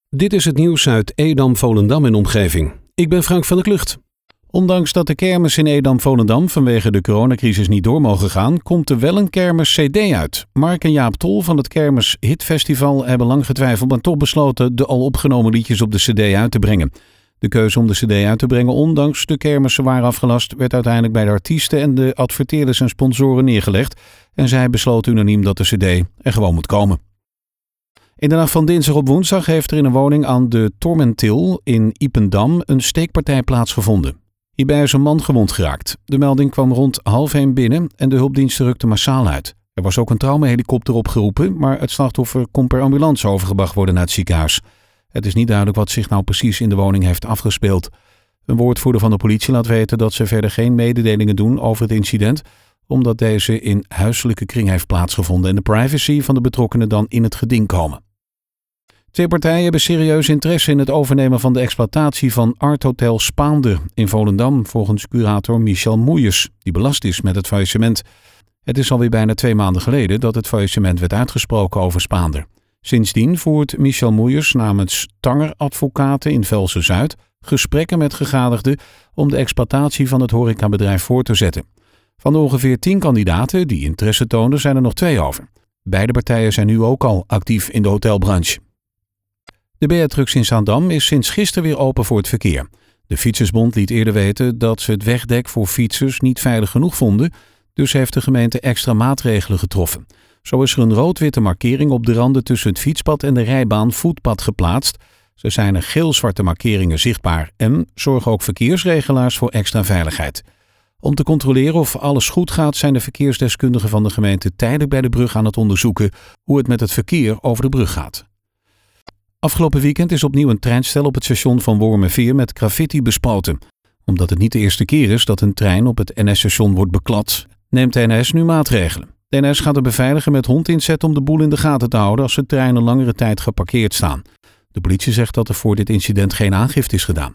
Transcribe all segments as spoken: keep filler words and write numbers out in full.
Dit is het nieuws uit Edam, Volendam en omgeving. Ik ben Frank van der Klucht. Ondanks dat de kermis in Edam, Volendam vanwege de coronacrisis niet door mogen gaan, komt er wel een kermis-cd uit. Mark en Jaap Tol van het Kermis Hitfestival hebben lang getwijfeld, maar toch besloten de al opgenomen liedjes op de cd uit te brengen. De keuze om de cd uit te brengen, ondanks de kermissen waren afgelast, werd uiteindelijk bij de artiesten en de adverteerders en sponsoren neergelegd. En zij besloten unaniem dat de cd er gewoon moet komen. In de nacht van dinsdag op woensdag heeft er in een woning aan de Tormentil in Ipendam een steekpartij plaatsgevonden. Hierbij is een man gewond geraakt. De melding kwam rond half één binnen en de hulpdiensten rukten massaal uit. Er was ook een traumahelikopter opgeroepen, maar het slachtoffer kon per ambulance overgebracht worden naar het ziekenhuis. Het is niet duidelijk wat zich nou precies in de woning heeft afgespeeld. Een woordvoerder van de politie laat weten dat ze verder geen mededelingen doen over het incident, omdat deze in huiselijke kring heeft plaatsgevonden en de privacy van de betrokkenen dan in het geding komen. Twee partijen hebben serieus interesse in het overnemen van de exploitatie van Art Hotel Spaander in Volendam, volgens curator Michel Moeijes, die belast is met het faillissement. Het is alweer bijna twee maanden geleden dat het faillissement werd uitgesproken over Spaander. Sindsdien voert Michel Moeijes namens Tanger Advocaten in Velsen-Zuid gesprekken met gegadigden om de exploitatie van het horecabedrijf voor te zetten. Van de ongeveer tien kandidaten die interesse toonden zijn er nog twee over. Beide partijen zijn nu ook al actief in de hotelbranche. De Beatrix in Zaandam is sinds gisteren weer open voor het verkeer. De Fietsersbond liet eerder weten dat ze het wegdek voor fietsers niet veilig genoeg vonden, dus heeft de gemeente extra maatregelen getroffen. Zo is er een rood-witte markering op de randen tussen het fietspad en de rijbaan voetpad geplaatst. Zo zijn er geel-zwarte markeringen zichtbaar en zorgen ook verkeersregelaars voor extra veiligheid. Om te controleren of alles goed gaat, zijn de verkeersdeskundigen van de gemeente tijdelijk bij de brug aan het onderzoeken hoe het met het verkeer over de brug gaat. Afgelopen weekend is opnieuw een treinstel op het station van Wormerveer met graffiti bespoten. Omdat het niet de eerste keer is dat een trein op het N S-station wordt beklad, neemt de N S nu maatregelen. De N S gaat er beveiligen met hondinzet om de boel in de gaten te houden als de treinen langere tijd geparkeerd staan. De politie zegt dat er voor dit incident geen aangifte is gedaan.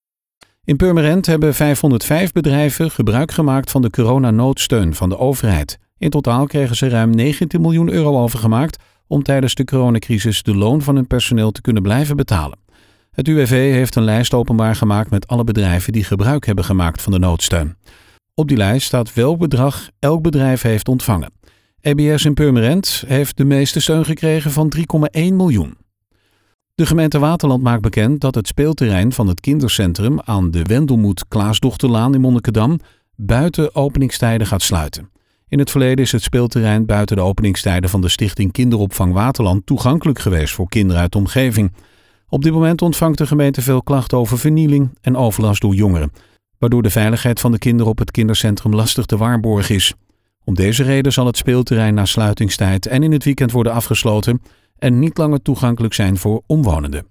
In Purmerend hebben vijfhonderdvijf bedrijven gebruik gemaakt van de coronanoodsteun van de overheid. In totaal kregen ze ruim negentien miljoen euro overgemaakt om tijdens de coronacrisis de loon van hun personeel te kunnen blijven betalen. Het U W V heeft een lijst openbaar gemaakt met alle bedrijven die gebruik hebben gemaakt van de noodsteun. Op die lijst staat welk bedrag elk bedrijf heeft ontvangen. E B S in Purmerend heeft de meeste steun gekregen van drie komma één miljoen. De gemeente Waterland maakt bekend dat het speelterrein van het kindercentrum aan de Wendelmoed Klaasdochterlaan in Monnikendam buiten openingstijden gaat sluiten. In het verleden is het speelterrein buiten de openingstijden van de Stichting Kinderopvang Waterland toegankelijk geweest voor kinderen uit de omgeving. Op dit moment ontvangt de gemeente veel klachten over vernieling en overlast door jongeren, waardoor de veiligheid van de kinderen op het kindercentrum lastig te waarborgen is. Om deze reden zal het speelterrein na sluitingstijd en in het weekend worden afgesloten en niet langer toegankelijk zijn voor omwonenden.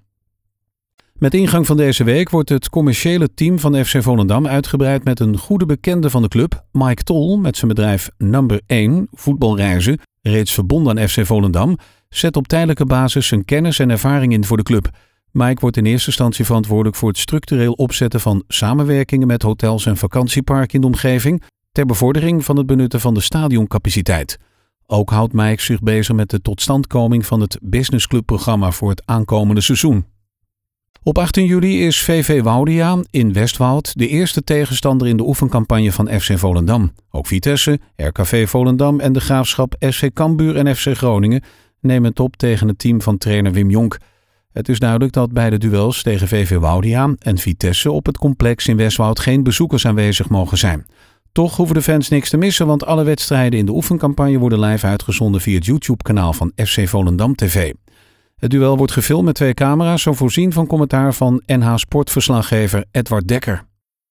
Met ingang van deze week wordt het commerciële team van F C Volendam uitgebreid met een goede bekende van de club, Mike Tol, met zijn bedrijf Number één Voetbalreizen, reeds verbonden aan F C Volendam, zet op tijdelijke basis zijn kennis en ervaring in voor de club. Mike wordt in eerste instantie verantwoordelijk voor het structureel opzetten van samenwerkingen met hotels en vakantieparken in de omgeving, ter bevordering van het benutten van de stadioncapaciteit. Ook houdt Mike zich bezig met de totstandkoming van het businessclubprogramma voor het aankomende seizoen. Op achttien juli is V V Woudia in Westwoud de eerste tegenstander in de oefencampagne van F C Volendam. Ook Vitesse, R K V Volendam en de Graafschap S C Cambuur en F C Groningen nemen het op tegen het team van trainer Wim Jonk. Het is duidelijk dat bij de duels tegen V V Woudia en Vitesse op het complex in Westwoud geen bezoekers aanwezig mogen zijn. Toch hoeven de fans niks te missen, want alle wedstrijden in de oefencampagne worden live uitgezonden via het YouTube-kanaal van F C Volendam T V. Het duel wordt gefilmd met twee camera's, zo voorzien van commentaar van N H Sportverslaggever Edward Dekker.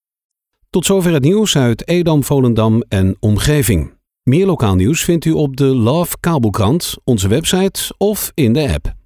Tot zover het nieuws uit Edam, Volendam en omgeving. Meer lokaal nieuws vindt u op de Love Kabelkrant, onze website of in de app.